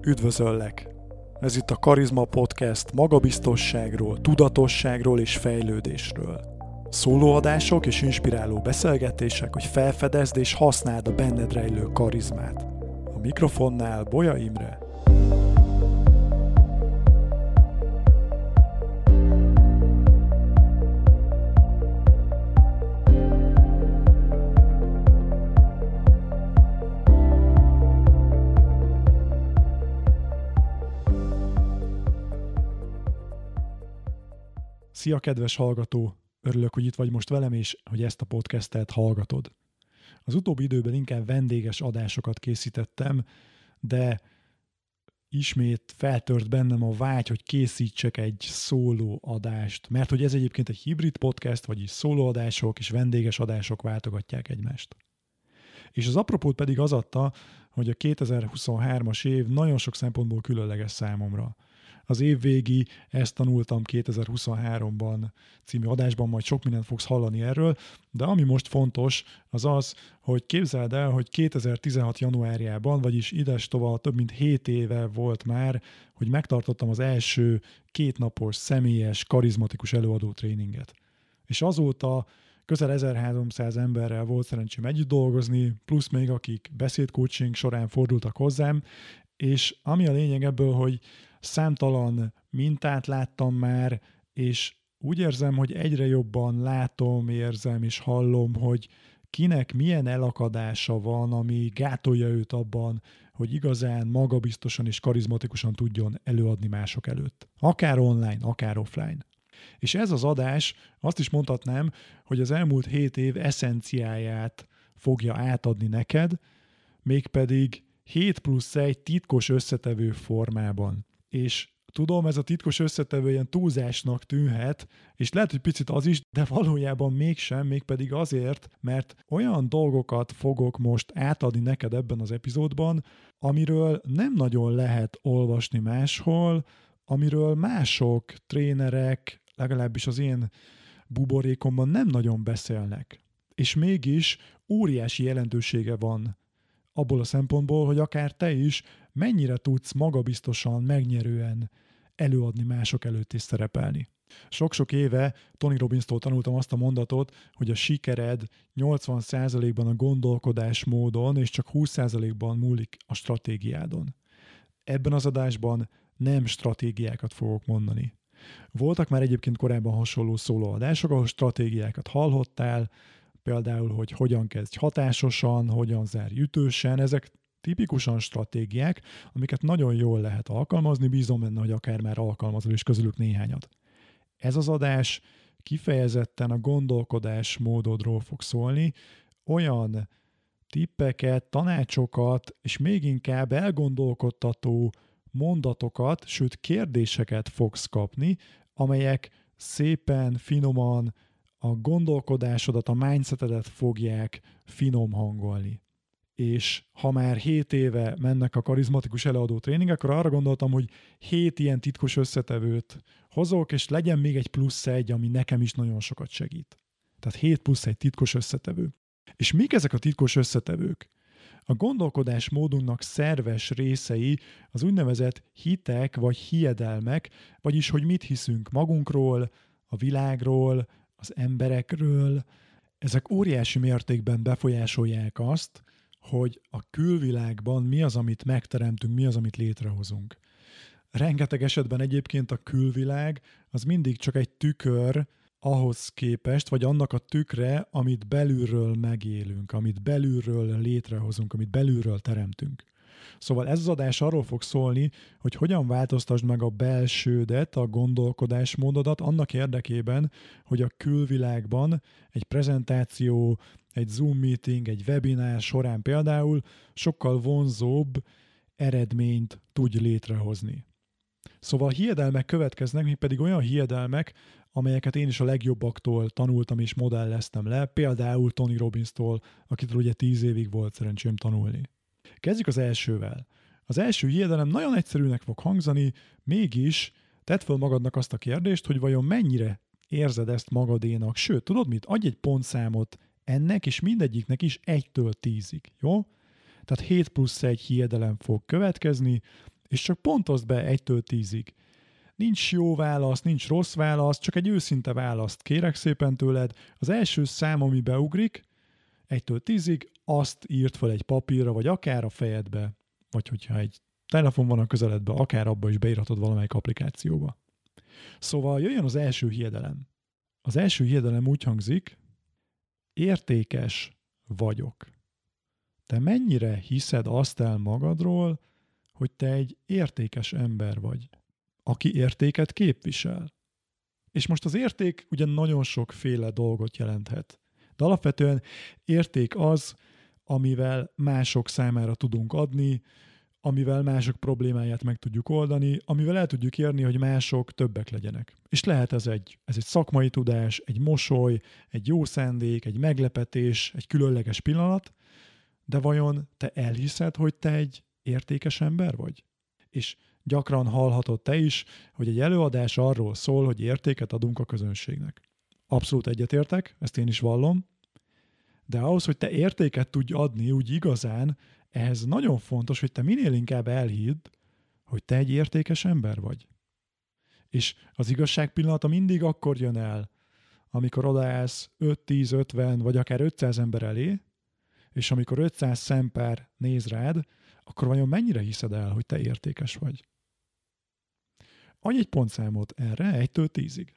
Üdvözöllek! Ez itt a Karizma Podcast magabiztosságról, tudatosságról és fejlődésről. Szólóadások és inspiráló beszélgetések, hogy felfedezd és használd a benned rejlő karizmát. A mikrofonnál Bolya Imre. Szia, kedves hallgató! Örülök, hogy itt vagy most velem, és hogy ezt a podcastet hallgatod. Az utóbbi időben inkább vendéges adásokat készítettem, de ismét feltört bennem a vágy, hogy készítsek egy szóló adást, mert hogy ez egyébként egy hibrid podcast, vagyis szólóadások és vendéges adások váltogatják egymást. És az apropót pedig az adta, hogy a 2023-as év nagyon sok szempontból különleges számomra. Az évvégi Ezt tanultam 2023-ban című adásban majd sok mindent fogsz hallani erről, de ami most fontos, az az, hogy képzeld el, hogy 2016 januárjában, vagyis idestova több mint 7 éve volt már, hogy megtartottam az első 2 napos személyes, karizmatikus előadó tréninget. És azóta közel 1300 emberrel volt szerencsém együtt dolgozni, plusz még akik beszédcoaching során fordultak hozzám, és ami a lényeg ebből, hogy számtalan mintát láttam már, és úgy érzem, hogy egyre jobban látom, érzem és hallom, hogy kinek milyen elakadása van, ami gátolja őt abban, hogy igazán magabiztosan és karizmatikusan tudjon előadni mások előtt. Akár online, akár offline. És ez az adás, azt is mondhatnám, hogy az elmúlt 7 év eszenciáját fogja átadni neked, mégpedig 7+1 titkos összetevő formában. És tudom, ez a titkos összetevő ilyen túlzásnak tűnhet, és lehet, hogy picit az is, de valójában mégsem, mégpedig azért, mert olyan dolgokat fogok most átadni neked ebben az epizódban, amiről nem nagyon lehet olvasni máshol, amiről mások, trénerek, legalábbis az én buborékomban nem nagyon beszélnek. És mégis óriási jelentősége van abból a szempontból, hogy akár te is mennyire tudsz magabiztosan, megnyerően előadni mások előtt és szerepelni. Sok-sok éve Tony Robbins-tól tanultam azt a mondatot, hogy a sikered 80%-ban a gondolkodásmódon és csak 20%-ban múlik a stratégiádon. Ebben az adásban nem stratégiákat fogok mondani. Voltak már egyébként korábban hasonló szólóadások, ahol stratégiákat hallhattál, például, hogy hogyan kezdj hatásosan, hogyan zárj ütősen, ezek tipikusan stratégiák, amiket nagyon jól lehet alkalmazni, bízom benne, hogy akár már alkalmazol is közülük néhányat. Ez az adás kifejezetten a gondolkodásmódodról fog szólni, olyan tippeket, tanácsokat, és még inkább elgondolkodtató mondatokat, sőt kérdéseket fogsz kapni, amelyek szépen, finoman a gondolkodásodat, a mindsetedet fogják finom hangolni. És ha már 7 éve mennek a karizmatikus előadó tréningek, akkor arra gondoltam, hogy 7 ilyen titkos összetevőt hozok, és legyen még egy plusz egy, ami nekem is nagyon sokat segít. Tehát 7+1 titkos összetevő. És mik ezek a titkos összetevők? A gondolkodásmódunknak szerves részei az úgynevezett hitek vagy hiedelmek, vagyis hogy mit hiszünk magunkról, a világról, az emberekről. Ezek óriási mértékben befolyásolják azt, hogy a külvilágban mi az, amit megteremtünk, mi az, amit létrehozunk. Rengeteg esetben egyébként a külvilág az mindig csak egy tükör ahhoz képest, vagy annak a tükre, amit belülről megélünk, amit belülről létrehozunk, amit belülről teremtünk. Szóval ez az adás arról fog szólni, hogy hogyan változtasd meg a belsődet, a gondolkodásmódodat annak érdekében, hogy a külvilágban egy prezentáció, egy Zoom meeting, egy webinár során például sokkal vonzóbb eredményt tudj létrehozni. Szóval hiedelmek következnek, még pedig olyan hiedelmek, amelyeket én is a legjobbaktól tanultam és modelleztem le, például Tony Robbins-tól, akitől ugye 10 évig volt szerencsém tanulni. Kezdjük az elsővel. Az első hiedelem nagyon egyszerűnek fog hangzani, mégis tedd föl magadnak azt a kérdést, hogy vajon mennyire érzed ezt magadénak. Sőt, tudod mit? Adj egy pontszámot ennek, és mindegyiknek is 1-től 10-ig, jó? Tehát 7+1 hiedelem fog következni. És csak pontozd be 1-től 10-ig. Nincs jó válasz, nincs rossz válasz, csak egy őszinte választ kérek szépen tőled. Az első szám, ami beugrik, 1-től 10-ig, azt írt fel egy papírra, vagy akár a fejedbe, vagy hogyha egy telefon van a közeledbe, akár abba is beírhatod valamelyik applikációba. Szóval jöjjön az első hiedelem. Az első hiedelem úgy hangzik, értékes vagyok. Te mennyire hiszed azt el magadról, hogy te egy értékes ember vagy, aki értéket képvisel? És most az érték ugye nagyon sokféle dolgot jelenthet. De alapvetően érték az, amivel mások számára tudunk adni, amivel mások problémáját meg tudjuk oldani, amivel el tudjuk érni, hogy mások többek legyenek. És lehet ez egy szakmai tudás, egy mosoly, egy jó szándék, egy meglepetés, egy különleges pillanat, de vajon te elhiszed, hogy te egy értékes ember vagy? És gyakran hallhatod te is, hogy egy előadás arról szól, hogy értéket adunk a közönségnek. Abszolút egyetértek, ezt én is vallom, de ahhoz, hogy te értéket tudj adni úgy igazán, ehhez nagyon fontos, hogy te minél inkább elhidd, hogy te egy értékes ember vagy. És az igazság pillanata mindig akkor jön el, amikor odaállsz 5-10-50 vagy akár 500 ember elé, és amikor 500 szempár néz rád, akkor vajon mennyire hiszed el, hogy te értékes vagy? Adj egy pontszámot erre 1-től 10-ig.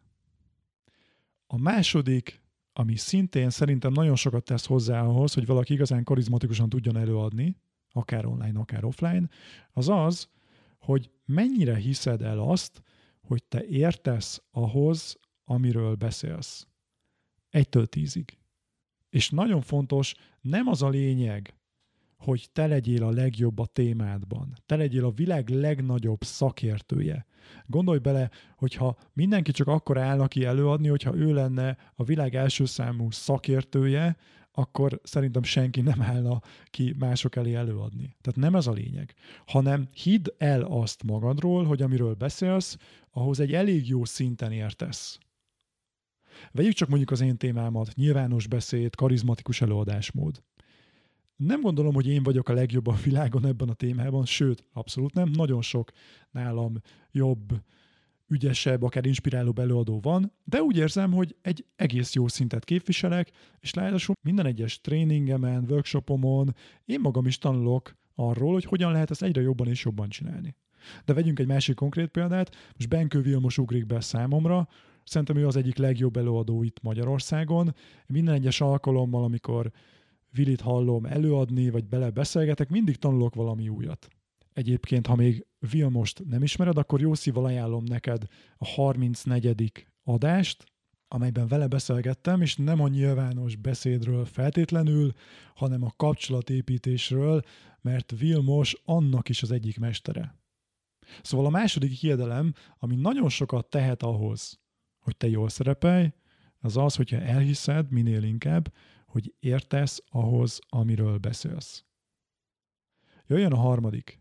A második, ami szintén szerintem nagyon sokat tesz hozzá ahhoz, hogy valaki igazán karizmatikusan tudjon előadni, akár online, akár offline, az az, hogy mennyire hiszed el azt, hogy te értesz ahhoz, amiről beszélsz. 1-től 10-ig. És nagyon fontos, nem az a lényeg, hogy te legyél a legjobb a témádban. Te legyél a világ legnagyobb szakértője. Gondolj bele, hogyha mindenki csak akkor állna ki előadni, hogyha ő lenne a világ első számú szakértője, akkor szerintem senki nem állna ki mások elé előadni. Tehát nem ez a lényeg, hanem hidd el azt magadról, hogy amiről beszélsz, ahhoz egy elég jó szinten értesz. Vegyük csak mondjuk az én témámat, nyilvános beszéd, karizmatikus előadásmód. Nem gondolom, hogy én vagyok a legjobb a világon ebben a témában, sőt, abszolút nem. Nagyon sok nálam jobb, ügyesebb, akár inspirálóbb előadó van, de úgy érzem, hogy egy egész jó szintet képviselek, és ráadásul minden egyes tréningemen, workshopomon én magam is tanulok arról, hogy hogyan lehet ezt egyre jobban és jobban csinálni. De vegyünk egy másik konkrét példát, most Benkő Vilmos ugrik be számomra, szerintem ő az egyik legjobb előadó itt Magyarországon. Minden egyes alkalommal, amikor Vilit hallom előadni, vagy bele beszélgetek, mindig tanulok valami újat. Egyébként, ha még Vilmost nem ismered, akkor jó szívvel ajánlom neked a 34. adást, amelyben vele beszélgettem, és nem a nyilvános beszédről feltétlenül, hanem a kapcsolatépítésről, mert Vilmos annak is az egyik mestere. Szóval a második hiedelem, ami nagyon sokat tehet ahhoz, hogy te jól szerepelj, az az, hogyha elhiszed minél inkább, hogy értesz ahhoz, amiről beszélsz. Jöjjön a harmadik.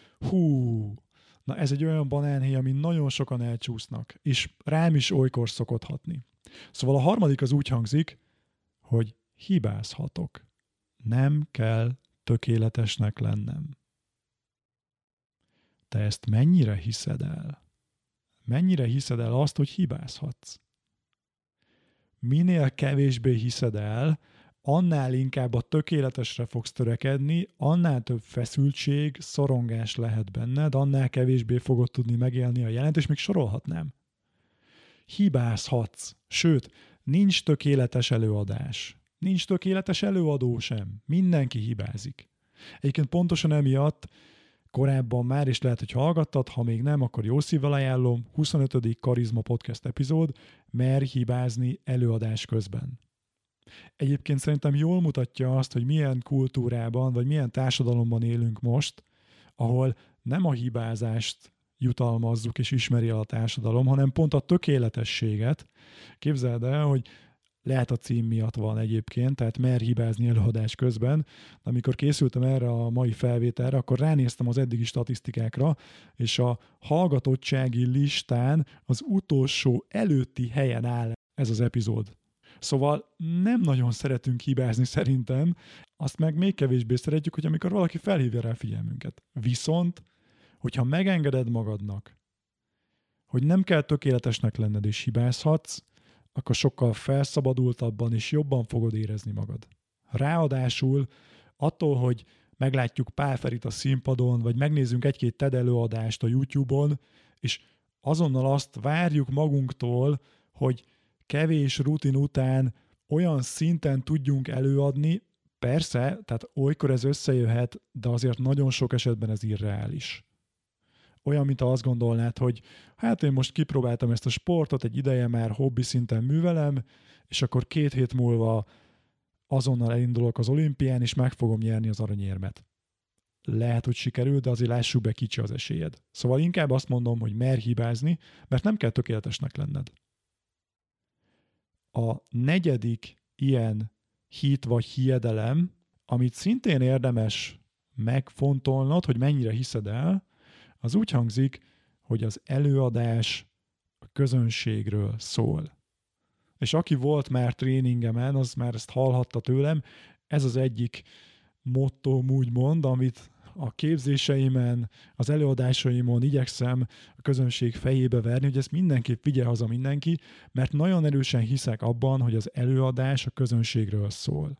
Na ez egy olyan banánhéj, amin nagyon sokan elcsúsznak, és rám is olykor szokott hatni. Szóval a harmadik az úgy hangzik, hogy hibázhatok. Nem kell tökéletesnek lennem. Te ezt mennyire hiszed el? Mennyire hiszed el azt, hogy hibázhatsz? Minél kevésbé hiszed el, annál inkább a tökéletesre fogsz törekedni, annál több feszültség, szorongás lehet benned, annál kevésbé fogod tudni megélni a jelent, és még sorolhatnám. Hibázhatsz. Sőt, nincs tökéletes előadás. Nincs tökéletes előadó sem. Mindenki hibázik. Egyébként pontosan emiatt korábban már, és lehet, hogy hallgattad, ha még nem, akkor jó szívvel ajánlom, 25. Karizma Podcast epizód, merj hibázni előadás közben. Egyébként szerintem jól mutatja azt, hogy milyen kultúrában, vagy milyen társadalomban élünk most, ahol nem a hibázást jutalmazzuk és ismeri el a társadalom, hanem pont a tökéletességet. Képzeld el, hogy lehet a cím miatt van egyébként, tehát merj hibázni előadás közben. Amikor készültem erre a mai felvételre, akkor ránéztem az eddigi statisztikákra, és a hallgatottsági listán az utolsó előtti helyen áll ez az epizód. Szóval nem nagyon szeretünk hibázni szerintem, azt meg még kevésbé szeretjük, hogy amikor valaki felhívja rá figyelmünket. Viszont, hogyha megengeded magadnak, hogy nem kell tökéletesnek lenned és hibázhatsz, akkor sokkal felszabadultabban és jobban fogod érezni magad. Ráadásul attól, hogy meglátjuk Pál Ferit a színpadon, vagy megnézzünk egy-két TED előadást a YouTube-on, és azonnal azt várjuk magunktól, hogy kevés rutin után olyan szinten tudjunk előadni, persze, tehát olykor ez összejöhet, de azért nagyon sok esetben ez irreális. Olyan, mint azt gondolnád, hogy hát én most kipróbáltam ezt a sportot, egy ideje már hobbi szinten művelem, és akkor 2 hét múlva azonnal elindulok az olimpián, és meg fogom nyerni az aranyérmet. Lehet, hogy sikerül, de azért lássuk be, kicsi az esélyed. Szóval inkább azt mondom, hogy merj hibázni, mert nem kell tökéletesnek lenned. A 4. ilyen hit vagy hiedelem, amit szintén érdemes megfontolnod, hogy mennyire hiszed el, az úgy hangzik, hogy az előadás a közönségről szól. És aki volt már tréningemen, az már ezt hallhatta tőlem, ez az egyik mottóm úgymond, amit a képzéseimen, az előadásaimon igyekszem a közönség fejébe verni, hogy ezt mindenképp vigye haza mindenki, mert nagyon erősen hiszek abban, hogy az előadás a közönségről szól.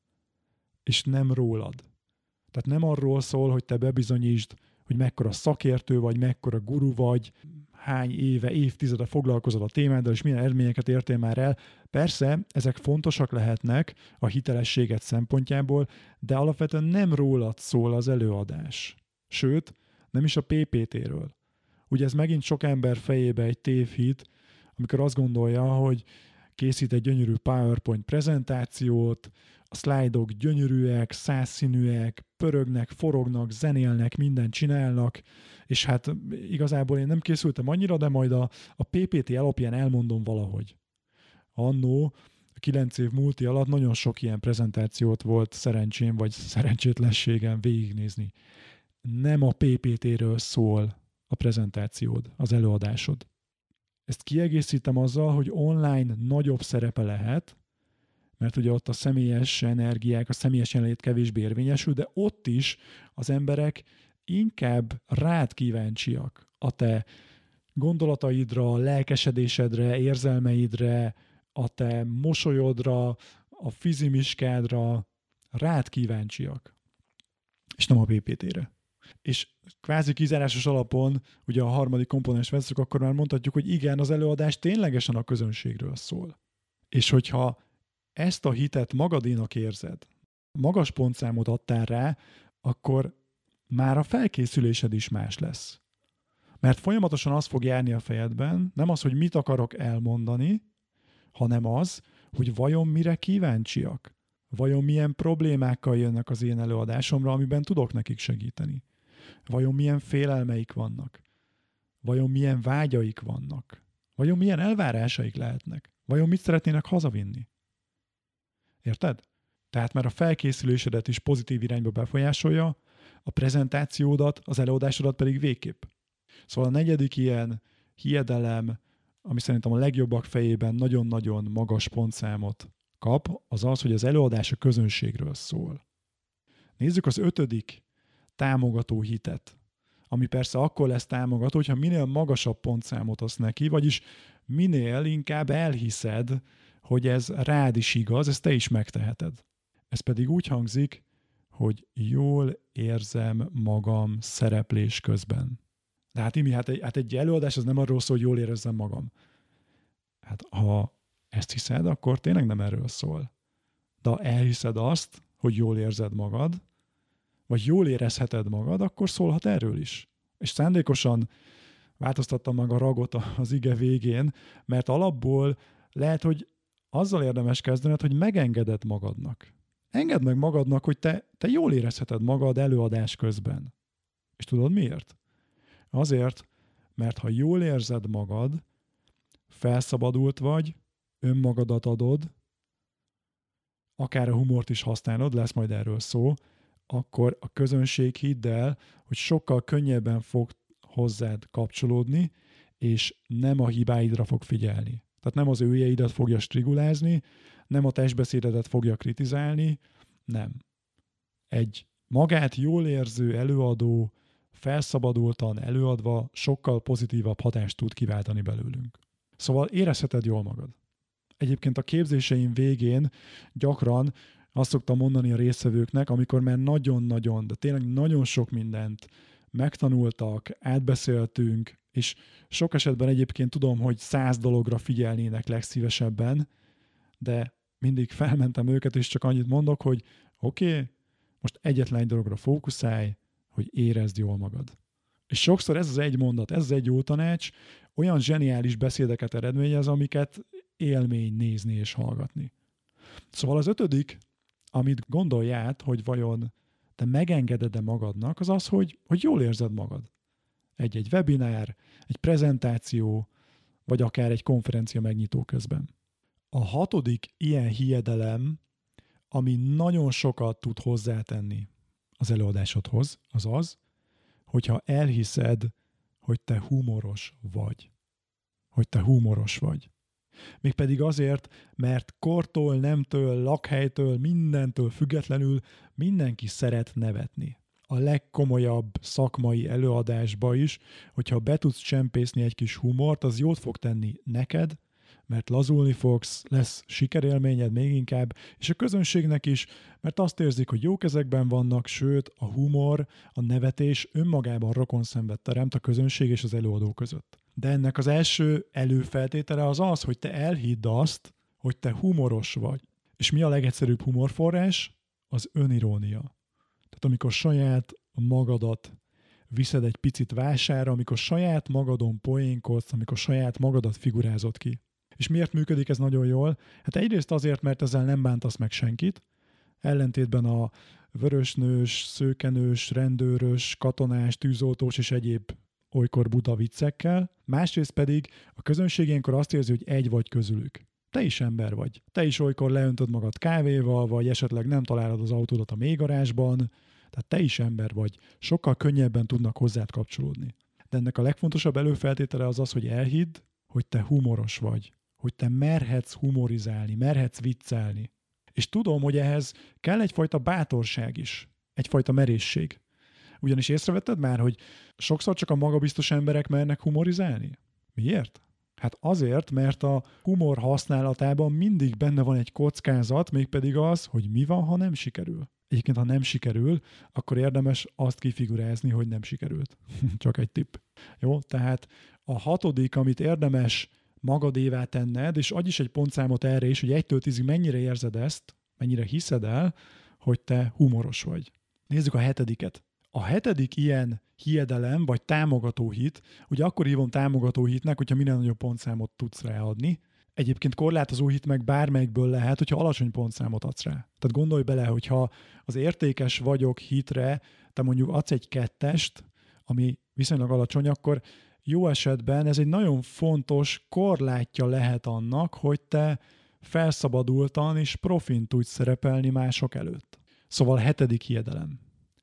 És nem rólad. Tehát nem arról szól, hogy te bebizonyítsd, hogy mekkora szakértő vagy, mekkora guru vagy, hány éve, évtizede foglalkozol a témáddal, és milyen eredményeket értél már el. Persze, ezek fontosak lehetnek a hitelességet szempontjából, de alapvetően nem rólad szól az előadás. Sőt, nem is a PPT-ről. Ugye ez megint sok ember fejébe egy tévhit, amikor azt gondolja, hogy készít egy gyönyörű PowerPoint prezentációt, a szlájdok gyönyörűek, százszínűek, pörögnek, forognak, zenélnek, mindent csinálnak, és hát igazából én nem készültem annyira, de majd a PPT alapján elmondom valahogy. Annó, a 9 év múlti alatt nagyon sok ilyen prezentációt volt szerencsém, vagy szerencsétlenségem végignézni. Nem a PPT-ről szól a prezentációd, az előadásod. Ezt kiegészítem azzal, hogy online nagyobb szerepe lehet, mert ugye ott a személyes energiák, a személyes jelenlét kevésbé érvényesül, de ott is az emberek inkább rád kíváncsiak. A te gondolataidra, lelkesedésedre, érzelmeidre, a te mosolyodra, a fizimiskádra, rád kíváncsiak. És nem a PPT-re. És kvázi kizárásos alapon, ugye a 3. komponens vesszük, akkor már mondhatjuk, hogy igen, az előadás ténylegesen a közönségről szól. És hogyha ezt a hitet magadénak érzed, magas pontszámot adtál rá, akkor már a felkészülésed is más lesz. Mert folyamatosan az fog járni a fejedben, nem az, hogy mit akarok elmondani, hanem az, hogy vajon mire kíváncsiak. Vajon milyen problémákkal jönnek az én előadásomra, amiben tudok nekik segíteni. Vajon milyen félelmeik vannak. Vajon milyen vágyaik vannak. Vajon milyen elvárásaik lehetnek. Vajon mit szeretnének hazavinni. Érted? Tehát már a felkészülésedet is pozitív irányba befolyásolja, a prezentációdat, az előadásodat pedig végképp. Szóval a 4. ilyen hiedelem, ami szerintem a legjobbak fejében nagyon-nagyon magas pontszámot kap, az az, hogy az előadás a közönségről szól. Nézzük az 5. támogató hitet, ami persze akkor lesz támogató, hogyha minél magasabb pontszámot adsz neki, vagyis minél inkább elhiszed, hogy ez rád is igaz, ezt te is megteheted. Ez pedig úgy hangzik, hogy jól érzem magam szereplés közben. De hát Imi, hát egy előadás az nem arról szól, hogy jól érezzem magam. Hát ha ezt hiszed, akkor tényleg nem erről szól. De ha elhiszed azt, hogy jól érzed magad, vagy jól érezheted magad, akkor szólhat erről is. És szándékosan változtattam meg a ragot az ige végén, mert alapból lehet, hogy azzal érdemes kezdened, hogy megengeded magadnak. Engedd meg magadnak, hogy te jól érezheted magad előadás közben. És tudod miért? Azért, mert ha jól érzed magad, felszabadult vagy, önmagadat adod, akár a humort is használod, lesz majd erről szó, akkor a közönség hidd el, hogy sokkal könnyebben fog hozzád kapcsolódni, és nem a hibáidra fog figyelni. Tehát nem az őjeidet fogja strigulázni, nem a testbeszédedet fogja kritizálni, nem. Egy magát jól érző előadó felszabadultan előadva sokkal pozitívabb hatást tud kiváltani belőlünk. Szóval érezheted jól magad. Egyébként a képzéseim végén gyakran azt szoktam mondani a résztvevőknek, amikor már nagyon-nagyon, de tényleg nagyon sok mindent megtanultak, átbeszéltünk, és sok esetben egyébként tudom, hogy 100 dologra figyelnének legszívesebben, de mindig felmentem őket, és csak annyit mondok, hogy oké, most egyetlen egy dologra fókuszálj, hogy érezd jól magad. És sokszor ez az egy mondat, ez az egy jó tanács olyan zseniális beszédeket eredményez, amiket élmény nézni és hallgatni. Szóval az 5., amit gondolj át, hogy vajon te megengeded-e magadnak, az az, hogy jól érzed magad. Egy webinár, egy prezentáció, vagy akár egy konferencia megnyitó közben. A 6. ilyen hiedelem, ami nagyon sokat tud hozzátenni az előadásodhoz, az az, hogyha elhiszed, hogy te humoros vagy. Hogy te humoros vagy. Mégpedig azért, mert kortól, nemtől, lakhelytől, mindentől függetlenül mindenki szeret nevetni. A legkomolyabb szakmai előadásba is, hogyha be tudsz csempészni egy kis humort, az jót fog tenni neked, mert lazulni fogsz, lesz sikerélményed még inkább, és a közönségnek is, mert azt érzik, hogy jó kezekben vannak, sőt, a humor, a nevetés önmagában rokonszenvet teremt a közönség és az előadó között. De ennek az első előfeltétele az az, hogy te elhidd azt, hogy te humoros vagy. És mi a legegyszerűbb humorforrás? Az önirónia. Tehát amikor saját magadat viszed egy picit vására, amikor saját magadon poénkodsz, amikor saját magadat figurázod ki. És miért működik ez nagyon jól? Hát egyrészt azért, mert ezzel nem bántasz meg senkit, ellentétben a vörösnős, szőkenős, rendőrös, katonás, tűzoltós és egyéb olykor buta viccekkel. Másrészt pedig a közönség ilyenkor azt érzi, hogy egy vagy közülük. Te is ember vagy. Te is olykor leöntöd magad kávéval, vagy esetleg nem találod az autódat a mélygarázsban. Tehát te is ember vagy. Sokkal könnyebben tudnak hozzád kapcsolódni. De ennek a legfontosabb előfeltétele az az, hogy elhidd, hogy te humoros vagy. Hogy te merhetsz humorizálni, merhetsz viccelni. És tudom, hogy ehhez kell egyfajta bátorság is. Egyfajta merészség. Ugyanis észrevetted már, hogy sokszor csak a magabiztos emberek mernek humorizálni? Miért? Hát azért, mert a humor használatában mindig benne van egy kockázat, mégpedig az, hogy mi van, ha nem sikerül. Egyébként, ha nem sikerül, akkor érdemes azt kifigurázni, hogy nem sikerült. Csak egy tipp. Jó, tehát a 6., amit érdemes magadévá tenned, és adj is egy pontszámot erre is, hogy 1-től 10-ig mennyire érzed ezt, mennyire hiszed el, hogy te humoros vagy. Nézzük a 7. A 7. ilyen hiedelem, vagy támogató hit, ugye akkor hívom támogató hitnek, hogyha minél nagyobb pontszámot tudsz ráadni. Egyébként korlátozó hit meg bármelyikből lehet, hogyha alacsony pontszámot adsz rá. Tehát gondolj bele, hogyha az értékes vagyok hitre, te mondjuk adsz egy 2-est, ami viszonylag alacsony, akkor jó esetben ez egy nagyon fontos korlátja lehet annak, hogy te felszabadultan és profin tudsz szerepelni mások előtt. Szóval 7. hiedelem.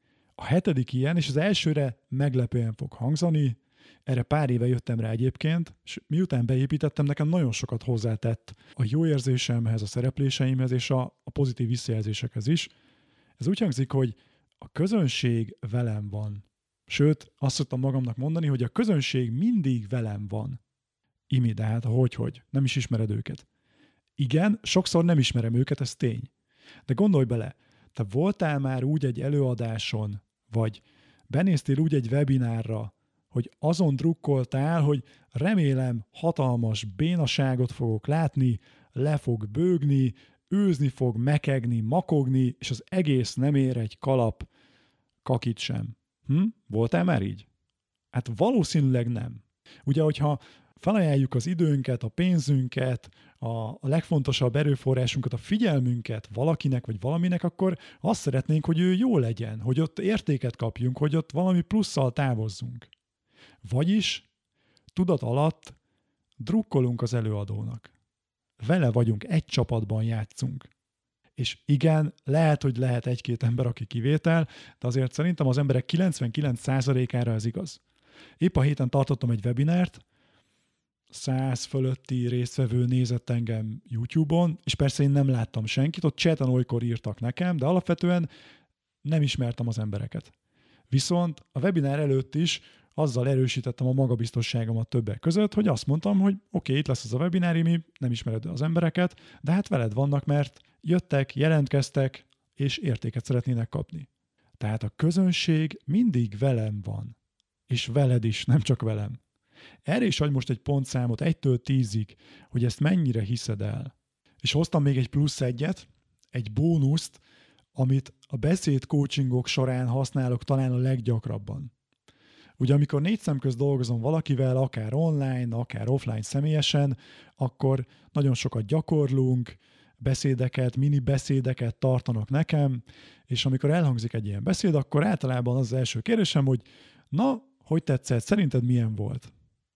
A 7. ilyen, és az elsőre meglepően fog hangzani, erre pár éve jöttem rá egyébként, és miután beépítettem, nekem nagyon sokat hozzátett a jó érzésemhez, a szerepléseimhez és a pozitív visszajelzésekhez is. Ez úgy hangzik, hogy a közönség velem van. Sőt, azt szoktam magamnak mondani, hogy a közönség mindig velem van. Imi, de hát hogy? Nem is ismered őket. Igen, sokszor nem ismerem őket, ez tény. De gondolj bele, te voltál már úgy egy előadáson, vagy benéztél úgy egy webinárra, hogy azon drukkoltál, hogy remélem hatalmas bénaságot fogok látni, le fog bőgni, őzni fog, mekegni, makogni, és az egész nem ér egy kalap kakit sem. Voltál már így? Hát valószínűleg nem. Ugye, hogyha felajánljuk az időnket, a pénzünket, a legfontosabb erőforrásunkat, a figyelmünket valakinek vagy valaminek, akkor azt szeretnénk, hogy ő jó legyen, hogy ott értéket kapjunk, hogy ott valami plusszal távozzunk. Vagyis tudat alatt drukkolunk az előadónak. Vele vagyunk, egy csapatban játszunk. És igen, lehet, hogy lehet 1-2 ember, aki kivétel, de azért szerintem az emberek 99%-ára ez igaz. Épp a héten tartottam egy webinárt, 100 fölötti résztvevő nézett engem YouTube-on, és persze én nem láttam senkit, ott chaten olykor írtak nekem, de alapvetően nem ismertem az embereket. Viszont a webinár előtt is azzal erősítettem a magabiztosságomat többek között, hogy azt mondtam, hogy oké, itt lesz az a webinár, Imi, nem ismered az embereket, de hát veled vannak, mert jöttek, jelentkeztek, és értéket szeretnének kapni. Tehát a közönség mindig velem van. És veled is, nem csak velem. Erre is adj most egy pontszámot 1-től 10-ig, hogy ezt mennyire hiszed el. És hoztam még egy plusz egyet, egy bónuszt, amit a beszéd coachingok során használok talán a leggyakrabban. Ugye amikor 4 szem közt dolgozom valakivel, akár online, akár offline személyesen, akkor nagyon sokat gyakorlunk, beszédeket, mini beszédeket tartanak nekem, és amikor elhangzik egy ilyen beszéd, akkor általában az első kérdésem, hogy na, hogy tetszett, szerinted milyen volt?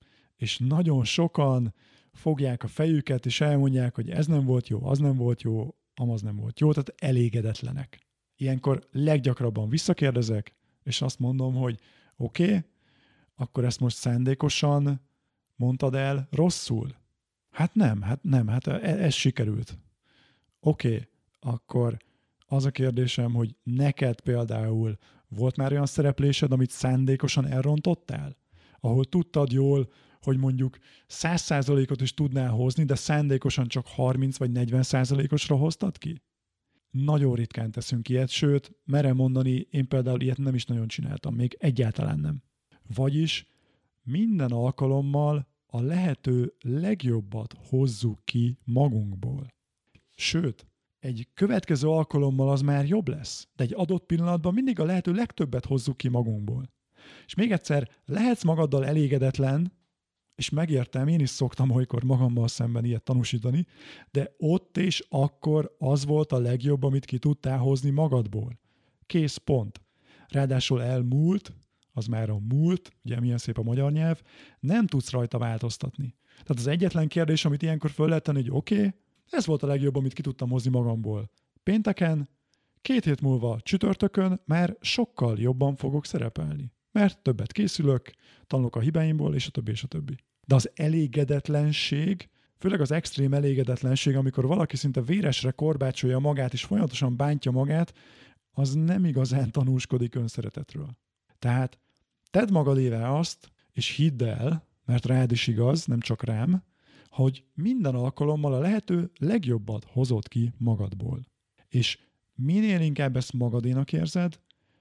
És nagyon sokan fogják a fejüket, és elmondják, hogy ez nem volt jó, az nem volt jó, amaz nem volt jó, tehát elégedetlenek. Ilyenkor leggyakrabban visszakérdezek, és azt mondom, hogy oké, akkor ezt most szándékosan mondtad el rosszul? Hát nem, ez sikerült. Oké, akkor az a kérdésem, hogy neked például volt már olyan szereplésed, amit szándékosan elrontottál? Ahol tudtad jól, hogy mondjuk 100%-ot is tudnál hozni, de szándékosan csak 30 vagy 40%-osra hoztad ki? Nagyon ritkán teszünk ilyet, sőt, merem mondani, én például ilyet nem is nagyon csináltam, még egyáltalán nem. Vagyis minden alkalommal a lehető legjobbat hozzuk ki magunkból. Sőt, egy következő alkalommal az már jobb lesz, de egy adott pillanatban mindig a lehető legtöbbet hozzuk ki magunkból. És még egyszer, lehetsz magaddal elégedetlen, és megértem, én is szoktam olykor magammal szemben ilyet tanúsítani, de ott és akkor az volt a legjobb, amit ki tudtál hozni magadból. Kész, pont. Ráadásul elmúlt, az már a múlt, ugye milyen szép a magyar nyelv, nem tudsz rajta változtatni. Tehát az egyetlen kérdés, amit ilyenkor föl lehet tenni, hogy oké, ez volt a legjobb, amit ki tudtam hozni magamból. Pénteken, 2 hét múlva csütörtökön már sokkal jobban fogok szerepelni. Mert többet készülök, tanulok a hibáimból, és a többi, és a többi. De az elégedetlenség, főleg az extrém elégedetlenség, amikor valaki szinte véresre korbácsolja magát, és folyamatosan bántja magát, az nem igazán tanúskodik önszeretetről. Tehát tedd magadévá azt, és hidd el, mert rád is igaz, nem csak rám, hogy minden alkalommal a lehető legjobbat hozod ki magadból. És minél inkább ezt magadénak érzed,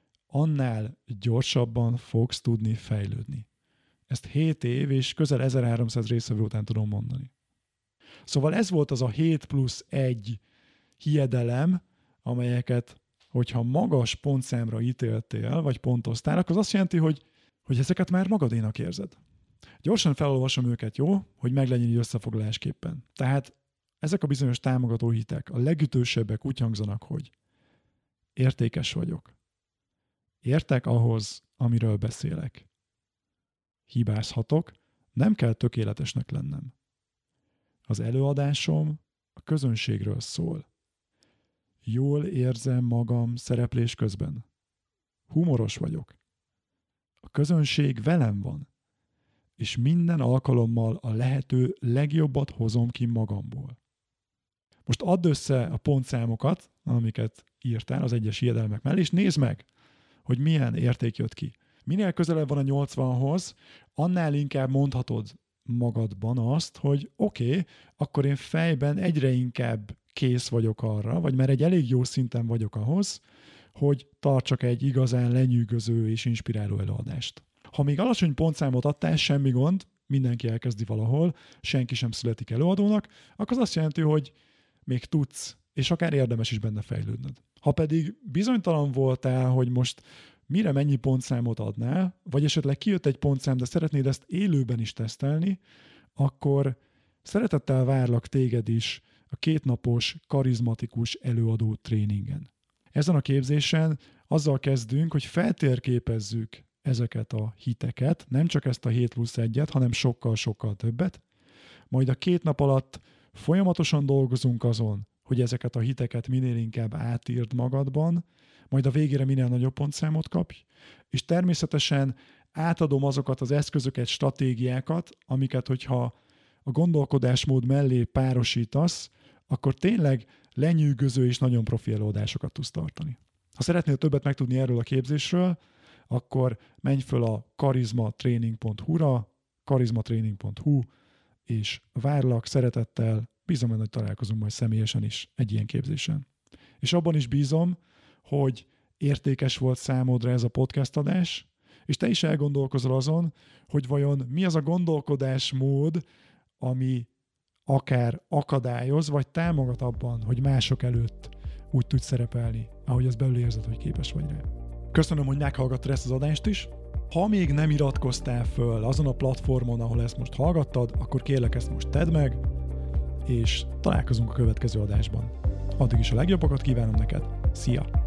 annál gyorsabban fogsz tudni fejlődni. Ezt 7 év és közel 1300 részvevő után tudom mondani. Szóval ez volt az a 7+1 hiedelem, amelyeket, hogyha magas pontszámra ítéltél, vagy pontoztál, akkor az azt jelenti, hogy ezeket már magadénak érzed. Gyorsan felolvasom őket, jó? Hogy meglegyen így összefoglalásképpen. Tehát ezek a bizonyos támogató hitek, a legütősebbek úgy hangzanak, hogy értékes vagyok. Értek ahhoz, amiről beszélek. Hibázhatok, nem kell tökéletesnek lennem. Az előadásom a közönségről szól. Jól érzem magam szereplés közben. Humoros vagyok. A közönség velem van, és minden alkalommal a lehető legjobbat hozom ki magamból. Most add össze a pontszámokat, amiket írtál az egyes hiedelmek mellé, és nézd meg, hogy milyen érték jött ki. Minél közelebb van a 80-hoz, annál inkább mondhatod magadban azt, hogy oké, akkor én fejben egyre inkább kész vagyok arra, vagy már egy elég jó szinten vagyok ahhoz, hogy tartsak egy igazán lenyűgöző és inspiráló előadást. Ha még alacsony pontszámot adtál, semmi gond, mindenki elkezdi valahol, senki sem születik előadónak, akkor az azt jelenti, hogy még tudsz, és akár érdemes is benne fejlődnöd. Ha pedig bizonytalan voltál, hogy most mire mennyi pontszámot adnál, vagy esetleg kijött egy pontszám, de szeretnéd ezt élőben is tesztelni, akkor szeretettel várlak téged is a 2 napos karizmatikus előadó tréningen. Ezen a képzésen azzal kezdünk, hogy feltérképezzük ezeket a hiteket, nem csak ezt a 7+1-et, hanem sokkal-sokkal többet. Majd a 2 nap alatt folyamatosan dolgozunk azon, hogy ezeket a hiteket minél inkább átírd magadban, majd a végére minél nagyobb pontszámot kapj, és természetesen átadom azokat az eszközöket, stratégiákat, amiket, hogyha a gondolkodásmód mellé párosítasz, akkor tényleg lenyűgöző és nagyon profi előadásokat tudsz tartani. Ha szeretnél többet megtudni erről a képzésről, akkor menj föl a karizmatraining.hu-ra, karizmatraining.hu, és várlak szeretettel, bízom benne, hogy találkozunk majd személyesen is egy ilyen képzésen. És abban is bízom, hogy értékes volt számodra ez a podcast adás, és te is elgondolkozol azon, hogy vajon mi az a gondolkodásmód, ami akár akadályoz, vagy támogat abban, hogy mások előtt úgy tudsz szerepelni, ahogy az belül érzed, hogy képes vagy rá. Köszönöm, hogy meghallgattad ezt az adást is. Ha még nem iratkoztál föl azon a platformon, ahol ezt most hallgattad, akkor kérlek, ezt most tedd meg, és találkozunk a következő adásban. Addig is a legjobbakat kívánom neked. Szia!